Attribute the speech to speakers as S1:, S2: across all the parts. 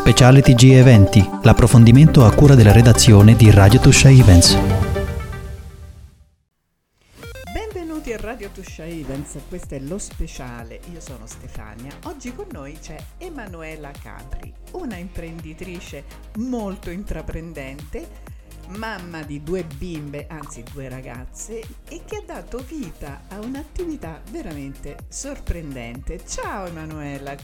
S1: Speciale TG Eventi, l'approfondimento a cura della redazione di Radio Tuscia Events.
S2: Benvenuti a Radio Tuscia Events, questo è lo speciale, io sono Stefania. Oggi con noi c'è Emanuela Capri, una imprenditrice molto intraprendente, mamma di 2 bimbe, anzi 2 ragazze, e che ha dato vita a un'attività veramente sorprendente. Ciao Emanuela!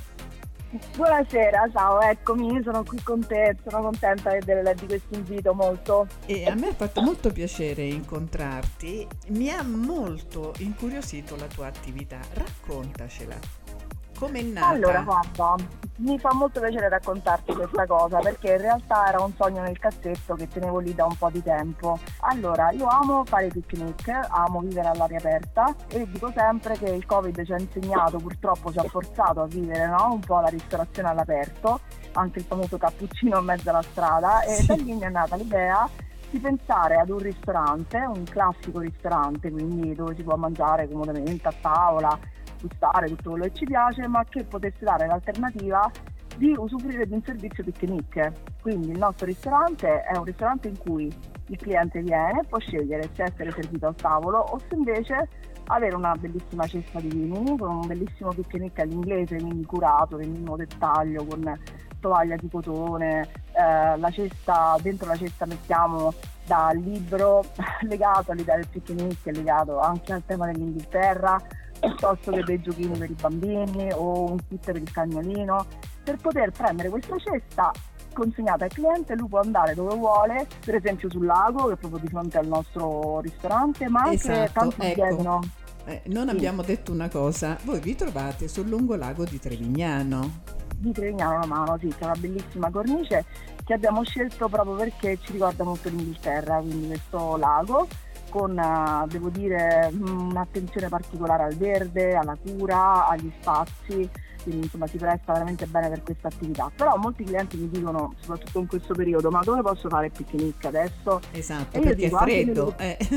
S3: Buonasera, ciao, eccomi, sono qui con te, sono contenta di questo invito molto.
S2: E a me ha fatto molto piacere incontrarti, mi ha molto incuriosito la tua attività, raccontacela. Com'è nata?
S3: Allora, guarda, mi fa molto piacere raccontarti questa cosa perché in realtà era un sogno nel cassetto che tenevo lì da un po' di tempo. Allora, io amo fare picnic, amo vivere all'aria aperta e dico sempre che il Covid ci ha insegnato, purtroppo ci ha forzato a vivere, no? Un po' la ristorazione all'aperto, anche il famoso cappuccino in mezzo alla strada, e da lì mi è nata l'idea di pensare ad un ristorante, un classico ristorante, quindi dove si può mangiare comodamente a tavola, gustare tutto quello che ci piace, ma che potesse dare l'alternativa di usufruire di un servizio picnic. Quindi il nostro ristorante è un ristorante in cui il cliente viene, può scegliere se essere servito al tavolo o se invece avere una bellissima cesta di vini con un bellissimo picnic all'inglese, quindi curato nel minimo dettaglio, con tovaglia di cotone, la cesta, dentro la cesta mettiamo dal libro legato all'idea del picnic, legato anche al tema dell'Inghilterra, piuttosto che dei giochini per i bambini o un kit per il cagnolino, per poter prendere questa cesta consegnata al cliente. Lui può andare dove vuole, per esempio sul lago, che è proprio di fronte al nostro ristorante, ma anche tanti chiedono.
S2: Non abbiamo detto una cosa, voi vi trovate sul lungolago di Trevignano.
S3: Di Trevignano Romano, sì, c'è una bellissima cornice che abbiamo scelto proprio perché ci ricorda molto l'Inghilterra, quindi questo lago con, devo dire, un'attenzione particolare al verde, alla cura, agli spazi, quindi insomma si presta veramente bene per questa attività. Però molti clienti mi dicono, soprattutto in questo periodo, ma dove posso fare il picnic adesso?
S2: Esatto, perché è freddo.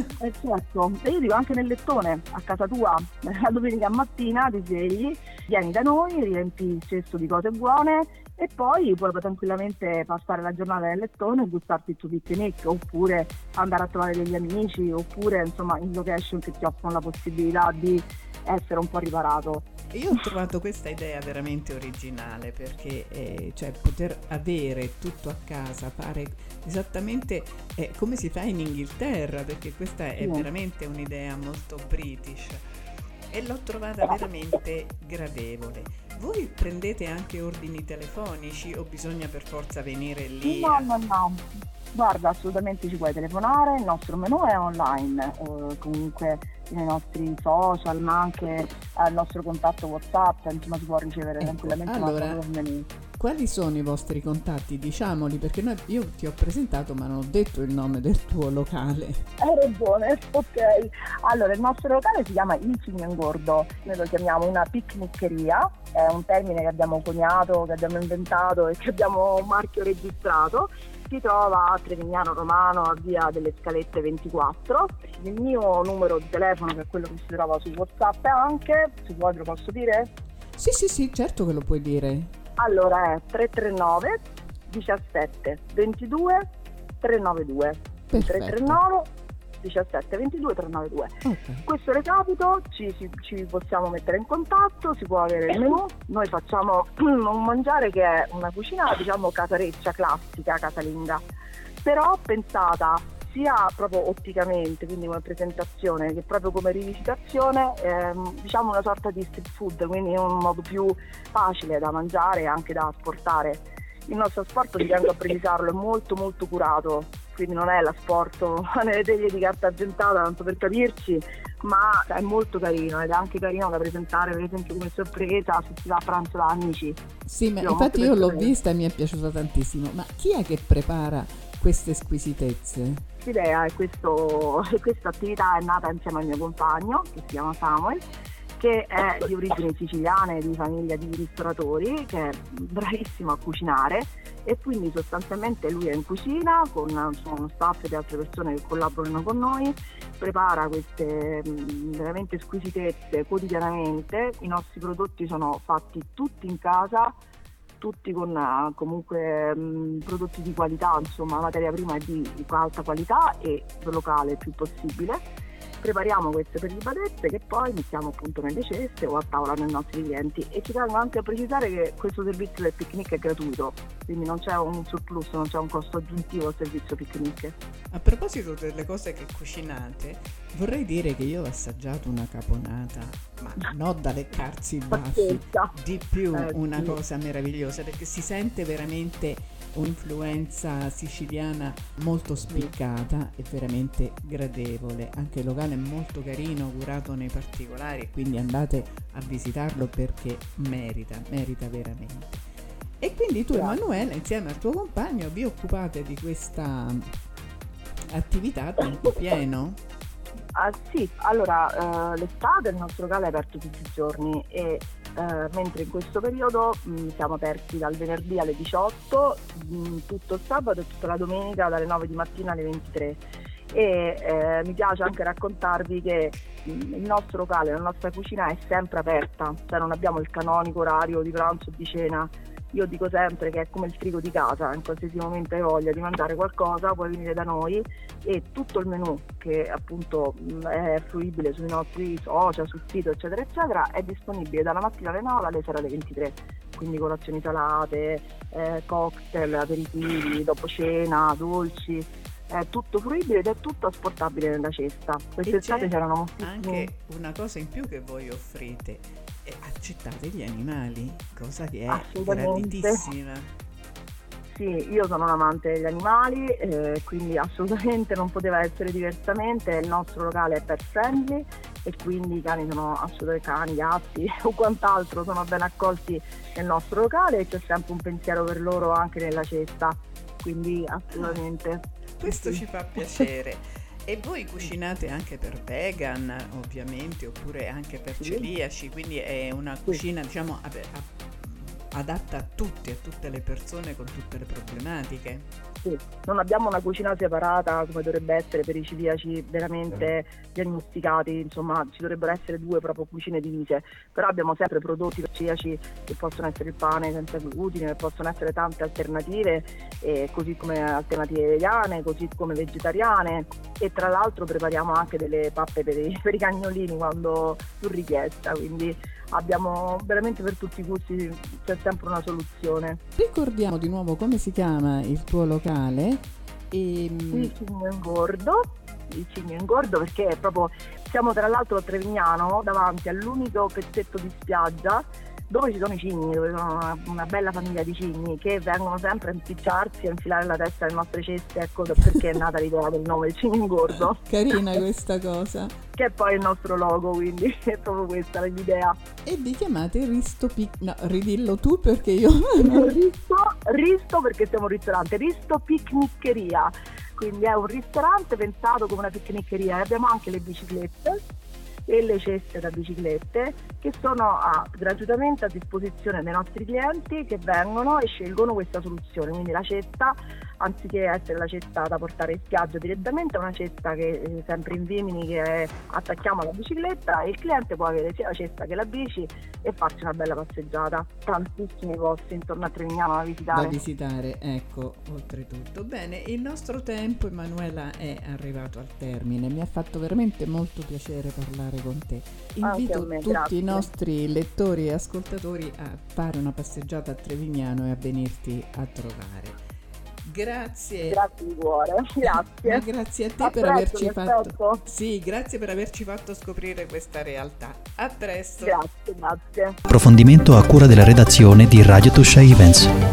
S3: Certo, e io dico anche nel lettone, a casa tua, la domenica mattina ti svegli, vieni da noi, riempi il cesto di cose buone e poi puoi tranquillamente passare la giornata nel lettone e gustarti il tuo picnic, oppure andare a trovare degli amici, oppure insomma in location che ti offrono la possibilità di essere un po' riparato.
S2: Io ho trovato questa idea veramente originale perché cioè poter avere tutto a casa, fare esattamente come si fa in Inghilterra, perché questa è veramente un'idea molto british e l'ho trovata veramente gradevole. Voi prendete anche ordini telefonici o bisogna per forza venire lì?
S3: No. Guarda, assolutamente ci puoi telefonare, il nostro menù è online, comunque nei nostri social, ma anche al nostro contatto WhatsApp, insomma si può ricevere tranquillamente
S2: allora,
S3: il menù.
S2: Quali sono i vostri contatti? Diciamoli, perché io ti ho presentato ma non ho detto il nome del tuo locale.
S3: Hai ragione, ok. Allora, il nostro locale si chiama Il Cigno Ingordo, noi lo chiamiamo una picniccheria, è un termine che abbiamo coniato, che abbiamo inventato e che abbiamo un marchio registrato. Si trova a Trevignano Romano, a via delle Scalette 24. Il mio numero di telefono, che è quello che si trova su WhatsApp, anche, se vuoi te lo posso dire?
S2: Sì, certo che lo puoi dire.
S3: Allora è 339 17 22 392.
S2: Perfetto.
S3: 339 17 22 392.
S2: Okay.
S3: Questo recapito ci possiamo mettere in contatto, si può avere il menù. Noi facciamo un mangiare che è una cucina, diciamo, casareccia, classica, casalinga, però pensata sia proprio otticamente, quindi come presentazione, che proprio come rivisitazione, diciamo una sorta di street food, quindi un modo più facile da mangiare e anche da asportare. Il nostro asporto, ci tengo a precisarlo, è molto molto curato, quindi non è l'asporto nelle teglie di carta argentata, tanto per capirci, ma è molto carino ed è anche carino da presentare, per esempio come sorpresa se si va a pranzo da amici.
S2: Sì, ma infatti io l'ho vista e mi è piaciuta tantissimo. Ma chi è che prepara queste squisitezze?
S3: L'idea è questa attività è nata insieme al mio compagno, che si chiama Samuel, che è di origini siciliane, di famiglia di ristoratori, che è bravissimo a cucinare, e quindi sostanzialmente lui è in cucina con uno staff di altre persone che collaborano con noi, prepara queste veramente squisitezze quotidianamente. I nostri prodotti sono fatti tutti in casa, tutti con comunque prodotti di qualità, insomma la materia prima è di alta qualità e locale il più possibile. Prepariamo queste perlibadette che poi mettiamo appunto nelle ceste o a tavola nei nostri clienti, e ci tengo anche a precisare che questo servizio del picnic è gratuito, quindi non c'è un surplus, non c'è un costo aggiuntivo al servizio picnic.
S2: A proposito delle cose che cucinate, vorrei dire che io ho assaggiato una caponata, ma non da leccarsi i baffi, di più una cosa meravigliosa, perché si sente veramente un'influenza siciliana molto spiccata e veramente gradevole. Anche il locale è molto carino, curato nei particolari, e quindi andate a visitarlo perché merita veramente. E quindi tu, Emanuela, insieme al tuo compagno vi occupate di questa attività a tempo pieno?
S3: Sì, allora l'estate il nostro locale è aperto tutti i giorni, e mentre in questo periodo siamo aperti dal venerdì alle 18, tutto il sabato e tutta la domenica dalle 9 di mattina alle 23. E mi piace anche raccontarvi che il nostro locale, la nostra cucina è sempre aperta, cioè non abbiamo il canonico orario di pranzo o di cena. Io dico sempre che è come il frigo di casa, in qualsiasi momento hai voglia di mangiare qualcosa puoi venire da noi, e tutto il menù che appunto è fruibile sui nostri social, sul sito eccetera eccetera è disponibile dalla mattina alle 9 alle sera alle 23, quindi colazioni salate, cocktail, aperitivi, dopo cena, dolci, è tutto fruibile ed è tutto asportabile nella cesta. Quest'estate c'erano moltissimi.
S2: Anche una cosa in più che voi offrite: accettate gli animali, cosa che è graditissima.
S3: Sì, io sono un amante degli animali, quindi assolutamente non poteva essere diversamente. Il nostro locale è pet friendly e quindi i cani sono assolutamente, cani, gatti o quant'altro sono ben accolti nel nostro locale, e c'è sempre un pensiero per loro anche nella cesta, quindi assolutamente.
S2: Questo ci fa piacere. E voi cucinate anche per vegan, ovviamente, oppure anche per celiaci, quindi è una cucina, diciamo, adatta a tutti, a tutte le persone con tutte le problematiche.
S3: Sì, non abbiamo una cucina separata come dovrebbe essere per i celiaci veramente diagnosticati, insomma ci dovrebbero essere due proprio cucine divise, però abbiamo sempre prodotti per celiaci che possono essere il pane senza glutine, possono essere tante alternative, così come alternative vegane, così come vegetariane, e tra l'altro prepariamo anche delle pappe per i cagnolini quando su richiesta, quindi abbiamo veramente per tutti i gusti, c'è sempre una soluzione.
S2: Ricordiamo di nuovo come si chiama il tuo locale.
S3: Il Cigno Ingordo, perché proprio siamo tra l'altro a Trevignano, davanti all'unico pezzetto di spiaggia dove ci sono i cigni, dove sono una bella famiglia di cigni che vengono sempre a impicciarsi e a infilare la testa nelle nostre ceste, ecco perché è nata l'idea del nome del Cigno Ingordo.
S2: Carina questa cosa.
S3: Che è poi il nostro logo, quindi è proprio questa l'idea.
S2: E vi chiamate Risto no, ridillo tu perché io...
S3: Risto perché siamo un ristorante, Risto Picniccheria, quindi è un ristorante pensato come una picniccheria, e abbiamo anche le biciclette e le ceste da biciclette che sono gratuitamente a disposizione dei nostri clienti che vengono e scelgono questa soluzione, quindi la cesta, anziché essere la cesta da portare in spiaggia direttamente, è una cesta che sempre in vimini che attacchiamo alla bicicletta, e il cliente può avere sia la cesta che la bici e farsi una bella passeggiata. Tantissimi posti intorno a Trevignano da visitare,
S2: ecco, oltretutto. Bene, il nostro tempo, Emanuela, è arrivato al termine. Mi ha fatto veramente molto piacere parlare con te. Invito tutti i nostri lettori e ascoltatori a fare una passeggiata a Trevignano e a venirti a trovare. Grazie
S3: di cuore, grazie.
S2: Grazie a te per averci fatto. Sì, grazie per averci fatto scoprire questa realtà. A presto.
S3: Grazie.
S1: Approfondimento a cura della redazione di Radio Tuscia Events.